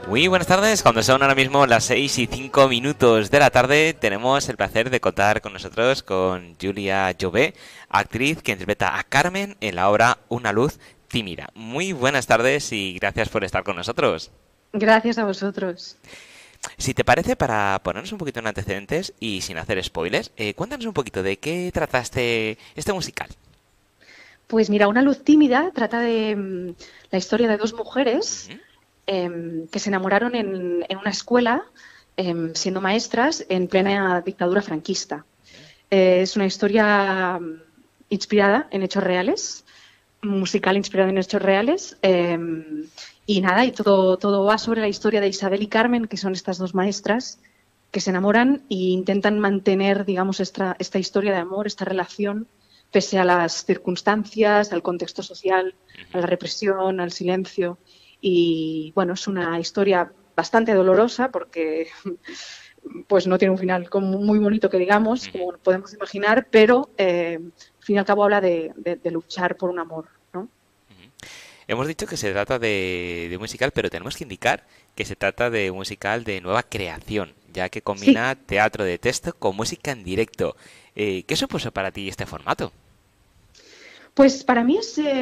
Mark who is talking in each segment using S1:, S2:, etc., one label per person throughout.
S1: Muy buenas tardes, cuando son ahora mismo las 6:05 de la tarde, tenemos el placer de contar con nosotros con Julia Jové, actriz que interpreta a Carmen en la obra Una luz tímida. Muy buenas tardes y gracias por estar con nosotros.
S2: Gracias a vosotros.
S1: Si te parece, para ponernos un poquito en antecedentes y sin hacer spoilers, cuéntanos un poquito de qué trata este musical.
S2: Pues mira, Una luz tímida trata de la historia de dos mujeres
S1: Ujú.
S2: que se enamoraron en una escuela siendo maestras en plena dictadura franquista. Es una historia inspirada en hechos reales, musical inspirado en hechos reales. Y nada, y todo va sobre la historia de Isabel y Carmen, que son estas dos maestras que se enamoran e intentan mantener, digamos, esta historia de amor, esta relación, pese a las circunstancias, al contexto social, a la represión, al silencio. Y bueno, es una historia bastante dolorosa porque pues no tiene un final como muy bonito que digamos,
S1: Ujú.
S2: como podemos imaginar, pero al fin y al cabo habla de luchar por un amor, ¿no?
S1: Hemos dicho que se trata de un musical, pero tenemos que indicar que se trata de un musical de nueva creación, ya que
S2: Sí,
S1: combina teatro de texto con música en directo. ¿Qué supuso para ti este formato?
S2: pues para mí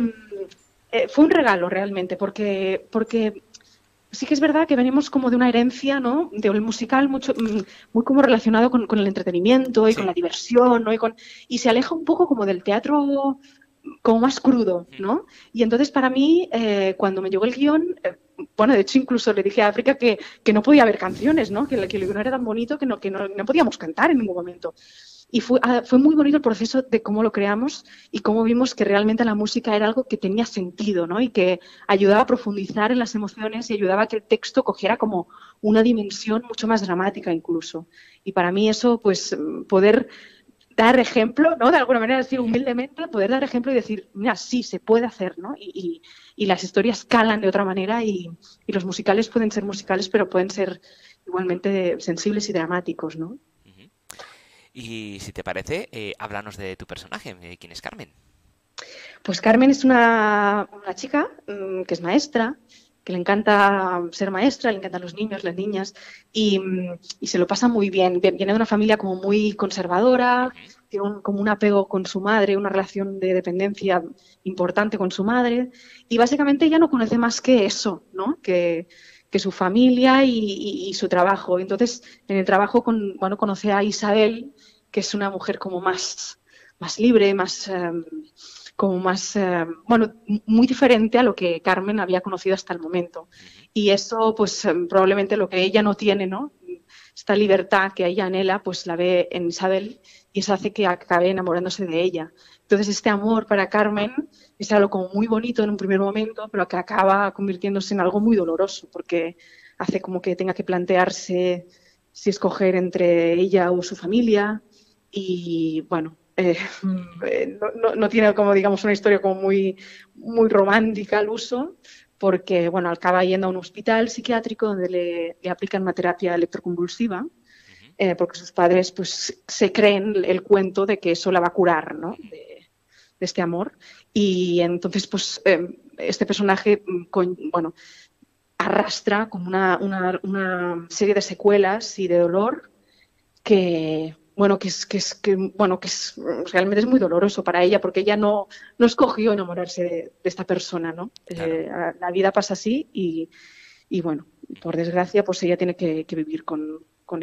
S2: fue un regalo realmente, porque sí que es verdad que venimos como de una herencia, ¿no? De un musical mucho, muy como relacionado con el entretenimiento y con la
S1: Sí.
S2: diversión, ¿no? Y se aleja un poco como del teatro como más crudo, ¿no? Y entonces para mí, cuando me llegó el guión, bueno, de hecho incluso le dije a África que no podía haber canciones, ¿no? Que el guión era tan bonito que no podíamos cantar en ningún momento. Y fue muy bonito el proceso de cómo lo creamos y cómo vimos que realmente la música era algo que tenía sentido, ¿no? Y que ayudaba a profundizar en las emociones y ayudaba a que el texto cogiera como una dimensión mucho más dramática incluso. Y para mí eso, pues, poder dar ejemplo, ¿no? De alguna manera, así humildemente, poder dar ejemplo y decir, mira, sí, se puede hacer, ¿no? Y las historias calan de otra manera y los musicales pueden ser musicales, pero pueden ser igualmente sensibles y dramáticos, ¿no?
S1: Ujú. Y si te parece, háblanos de tu personaje, ¿quién es Carmen?
S2: Pues Carmen es una chica que es maestra, que le encanta ser maestra, le encantan los niños, las niñas, y se lo pasa muy bien. Viene de una familia como muy conservadora,
S1: Ujú.
S2: tiene como un apego con su madre, una relación de dependencia importante con su madre, y básicamente ella no conoce más que eso, ¿no? Que su familia y su trabajo. Entonces, en el trabajo, bueno, conoce a Isabel, que es una mujer como más libre, más como más, bueno, muy diferente a lo que Carmen había conocido hasta el momento.
S1: Ujú.
S2: Y eso, pues probablemente lo que ella no tiene, ¿no? Esta libertad que ella anhela, pues la ve en Isabel y eso hace que acabe enamorándose de ella. Entonces, este amor para Carmen es algo como muy bonito en un primer momento, pero que acaba convirtiéndose en algo muy doloroso, porque hace como que tenga que plantearse si escoger entre ella o su familia. Y bueno, no tiene como digamos una historia como muy romántica al uso, porque bueno, acaba yendo a un hospital psiquiátrico donde le aplican una terapia electroconvulsiva,
S1: Ujú.
S2: porque sus padres pues se creen el cuento de que eso la va a curar, ¿no?
S1: Ujú.
S2: De este amor. Y entonces pues este personaje bueno, arrastra como una serie de secuelas y de dolor que bueno, bueno, realmente es muy doloroso para ella porque ella no escogió enamorarse de esta persona, ¿no?
S1: Claro.
S2: La vida pasa así y bueno, por
S1: Ujú.
S2: desgracia, pues ella tiene que vivir con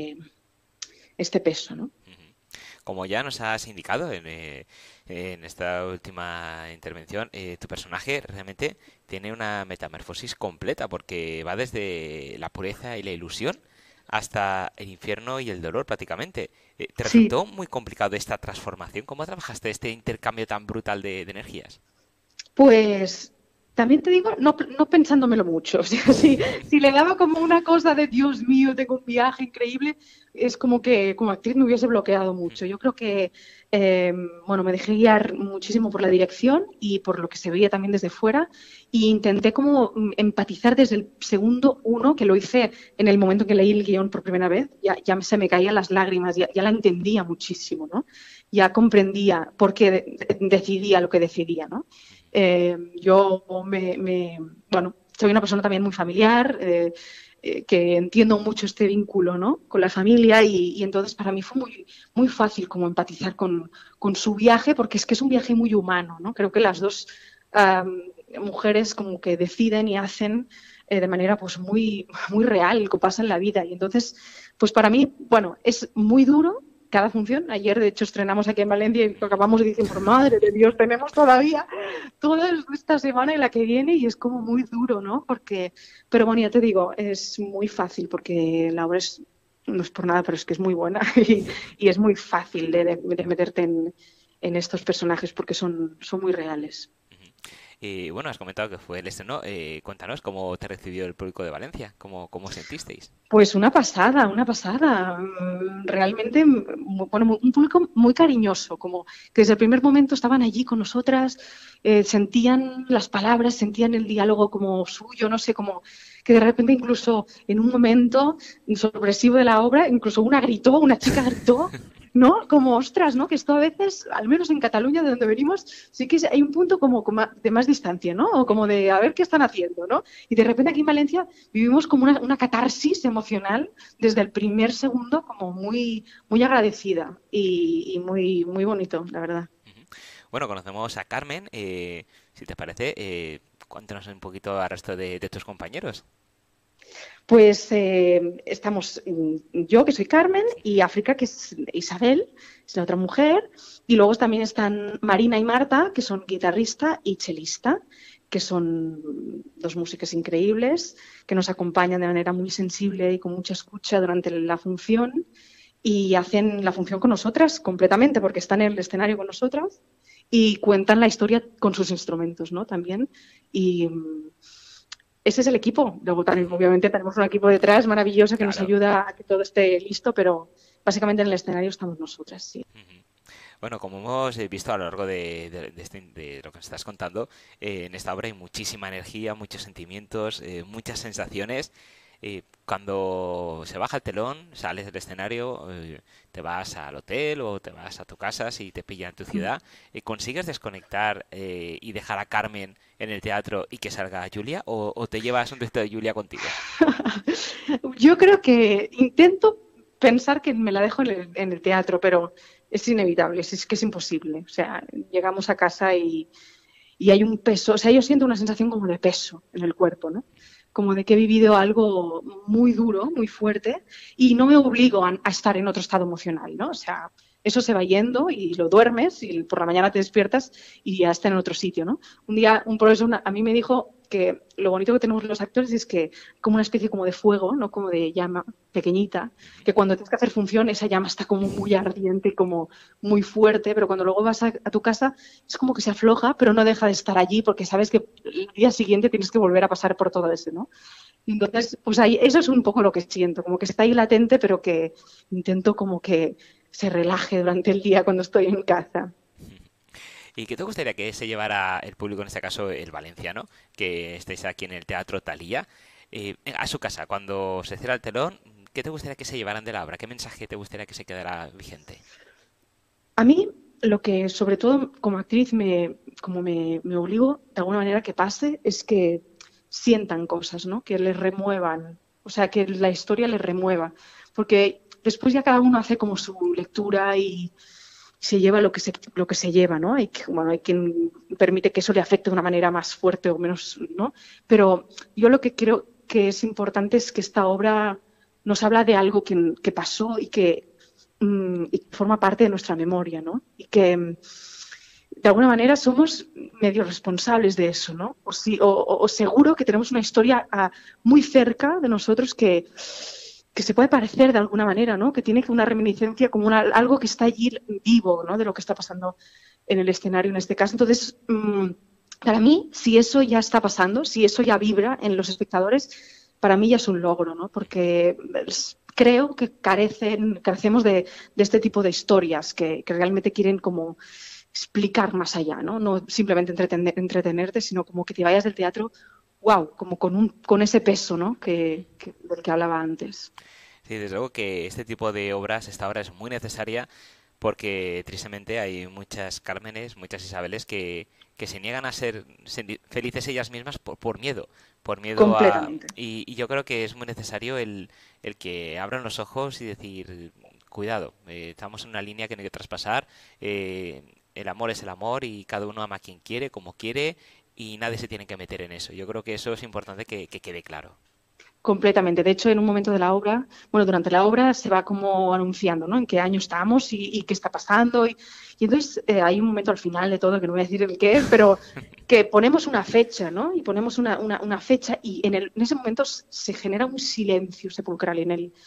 S2: este peso, ¿no?
S1: Ujú. Como ya nos has indicado en esta última intervención, tu personaje realmente tiene una metamorfosis completa porque va desde la pureza y la ilusión hasta el infierno y el dolor prácticamente. ¿Te
S2: Sí,
S1: resultó muy complicado esta transformación? ¿Cómo trabajaste este intercambio tan brutal de energías?
S2: pues también te digo, no pensándomelo mucho. O sea, si le daba como una cosa de Dios mío, tengo un viaje increíble, es como que como actriz me hubiese bloqueado mucho. Yo creo que, eh, bueno, me dejé guiar muchísimo por la dirección y por lo que se veía también desde fuera e intenté como empatizar desde el segundo uno, que lo hice en el momento que leí el guión por primera vez, ya se me caían las lágrimas, ya la entendía muchísimo, ¿no? Ya comprendía por qué decidía lo que decidía, ¿no? Yo bueno, soy una persona también muy familiar, que entiendo mucho este vínculo, ¿no? Con la familia y entonces para mí fue muy fácil como empatizar con su viaje porque es que es un viaje muy humano, ¿no? Creo que las dos mujeres como que deciden y hacen de manera pues muy real lo que pasa en la vida y entonces pues para mí, bueno, es muy duro cada función. Ayer, de hecho, estrenamos aquí en Valencia y acabamos de decir, por madre de Dios, tenemos todavía toda esta semana y la que viene y es como muy duro, ¿no? Porque, pero bueno, ya te digo, es muy fácil porque la obra es, no es por nada, pero es que es muy buena y es muy fácil de meterte en estos personajes porque son muy reales.
S1: Ujú. Y bueno, has comentado que fue el estreno. Cuéntanos cómo te recibió el público de Valencia, cómo sentisteis.
S2: Pues una pasada, una pasada. Realmente, bueno, un público muy cariñoso, como que desde el primer momento estaban allí con nosotras, sentían las palabras, sentían el diálogo como suyo, no sé, como que de repente incluso en un momento sorpresivo de la obra, incluso una chica gritó, ¿no? Como, ostras, ¿no? Que esto a veces, al menos en Cataluña, de donde venimos, sí que hay un punto como de más distancia, ¿no? O como de a ver qué están haciendo, ¿no? Y de repente aquí en Valencia vivimos como una catarsis emocional desde el primer segundo, como muy agradecida y muy bonito, la verdad.
S1: Ujú. Bueno, conocemos a Carmen. Si te parece, cuéntanos un poquito al resto de tus compañeros.
S2: Pues estamos yo, que soy Carmen, y África, que es Isabel, es la otra mujer, y luego también están Marina y Marta, que son guitarrista y chelista, que son dos músicas increíbles, que nos acompañan de manera muy sensible y con mucha escucha durante la función, y hacen la función con nosotras completamente, porque están en el escenario con nosotras y cuentan la historia con sus instrumentos, ¿no? También. Y ese es el equipo. Luego también, obviamente, tenemos un equipo detrás maravilloso que nos
S1: Claro.
S2: ayuda a que todo esté listo, pero básicamente en el escenario estamos nosotras, sí.
S1: Ujú. Bueno, como hemos visto a lo largo de lo que nos estás contando, en esta obra hay muchísima energía, muchos sentimientos, muchas sensaciones. Cuando se baja el telón, sales del escenario, te vas al hotel o te vas a tu casa si te pilla en tu ciudad, ¿consigues desconectar y dejar a Carmen en el teatro y que salga Julia o te llevas un texto de Julia contigo?
S2: Yo creo que intento pensar que me la dejo en el teatro, pero es inevitable, es que es imposible. O sea, llegamos a casa y hay un peso, o sea, yo siento una sensación como de peso en el cuerpo, ¿no? Como de que he vivido algo muy duro, muy fuerte, y no me obligo a estar en otro estado emocional, ¿no? O sea, eso se va yendo y lo duermes y por la mañana te despiertas y ya está en otro sitio, ¿no? Un día un profesor a mí me dijo que lo bonito que tenemos los actores es que como una especie como de fuego, no como de llama pequeñita,
S1: Ujú.
S2: que cuando tienes que hacer función esa llama está como muy ardiente, como muy fuerte, pero cuando luego vas a tu casa es como que se afloja, pero no deja de estar allí porque sabes que el día siguiente tienes que volver a pasar por todo eso, ¿no? Entonces, pues ahí, eso es un poco lo que siento, como que está ahí latente, pero que intento como que se relaje durante el día cuando estoy en casa.
S1: ¿Y qué te gustaría que se llevara el público, en este caso el valenciano, que estéis aquí en el Teatro Talía, a su casa cuando se cierra el telón? ¿Qué te gustaría que se llevaran de la obra? ¿Qué mensaje te gustaría que se quedara vigente?
S2: A mí lo que sobre todo como actriz me obligo de alguna manera que pase es que sientan cosas, ¿no? Que les remuevan, o sea, que la historia les remueva, porque después ya cada uno hace como su lectura y se lleva lo que se lleva, ¿no? Bueno, hay quien permite que eso le afecte de una manera más fuerte o menos, ¿no? Pero yo lo que creo que es importante es que esta obra nos habla de algo que pasó y que forma parte de nuestra memoria, ¿no? Y que de alguna manera somos medio responsables de eso, ¿no? O seguro que tenemos una historia muy cerca de nosotros que se puede parecer de alguna manera, ¿no? Que tiene una reminiscencia como algo que está allí vivo, ¿no? De lo que está pasando en el escenario en este caso. Entonces, para mí, si eso ya está pasando, si eso ya vibra en los espectadores, para mí ya es un logro, ¿no? Porque creo que carecemos de este tipo de historias que realmente quieren como explicar más allá, ¿no? No simplemente entretenerte, sino como que te vayas del teatro, wow, como con ese peso, ¿no? Del que hablaba antes.
S1: Sí, desde luego que este tipo de obras, esta obra es muy necesaria porque tristemente hay muchas Cármenes, muchas Isabeles que se niegan a ser felices ellas mismas por miedo, por miedo a...
S2: completamente.
S1: Y yo creo que es muy necesario el que abran los ojos y decir, cuidado, estamos en una línea que no hay que traspasar, el amor es el amor y cada uno ama a quien quiere, como quiere, y nadie se tiene que meter en eso. Yo creo que eso es importante que quede claro.
S2: Completamente. De hecho, en un momento de la obra, bueno, durante la obra se va como anunciando, ¿no? En qué año estamos y qué está pasando. Y entonces hay un momento al final de todo, que no voy a decir el qué, pero que ponemos una fecha, ¿no? Y ponemos una fecha y en ese momento se genera un silencio sepulcral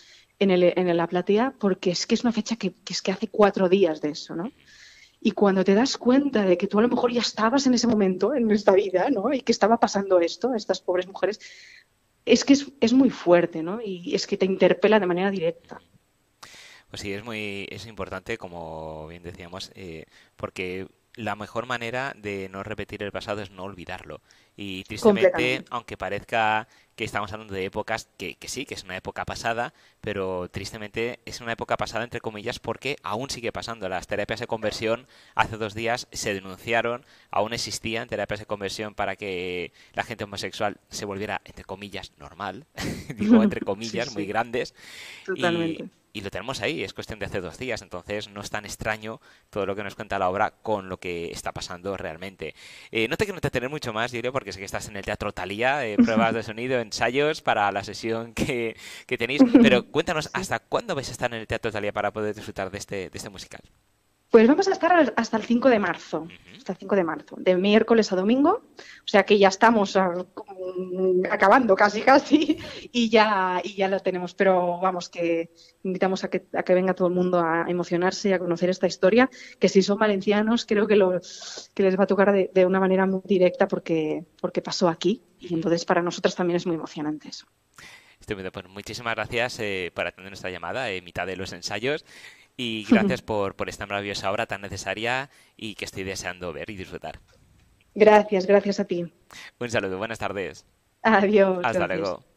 S2: en la platea, porque es que es una fecha que es que hace 4 días de eso, ¿no? Y cuando te das cuenta de que tú a lo mejor ya estabas en ese momento, en esta vida, ¿no? Y que estaba pasando esto, a estas pobres mujeres, es que es muy fuerte, ¿no? Y es que te interpela de manera directa.
S1: Pues sí, es importante, como bien decíamos, porque la mejor manera de no repetir el pasado es no olvidarlo. Y tristemente,
S2: Completamente.
S1: aunque parezca que estamos hablando de épocas que sí, que es una época pasada, pero tristemente es una época pasada entre comillas porque aún sigue pasando. Las terapias de conversión hace 2 días se denunciaron, aún existían terapias de conversión para que la gente homosexual se volviera entre comillas normal, digo entre
S2: Sí,
S1: comillas muy
S2: sí,
S1: grandes, y,
S2: totalmente.
S1: y lo tenemos ahí, es cuestión de hace 2 días, entonces no es tan extraño todo lo que nos cuenta la obra con lo que está pasando realmente. No te quiero entretener mucho más, Julio, porque sé que estás en el Teatro Thalía, pruebas de sonido, ensayos para la sesión que tenéis, pero cuéntanos,
S2: Sí.
S1: ¿hasta cuándo vais a estar en el Teatro Thalía para poder disfrutar de este musical?
S2: Pues vamos a estar hasta el 5 de marzo,
S1: Ujú.
S2: hasta el 5 de marzo, de miércoles a domingo, o sea que ya estamos acabando casi casi y ya lo tenemos, pero vamos que invitamos a que venga todo el mundo a emocionarse y a conocer esta historia, que si son valencianos creo que les va a tocar de una manera muy directa porque pasó aquí y entonces para nosotras también es muy emocionante eso.
S1: Estupendo, pues muchísimas gracias por atender nuestra llamada en mitad de los ensayos y gracias por esta maravillosa obra tan necesaria y que estoy deseando ver y disfrutar.
S2: Gracias, gracias a ti.
S1: Un saludo, buenas tardes.
S2: Adiós,
S1: Hasta
S2: gracias.
S1: luego.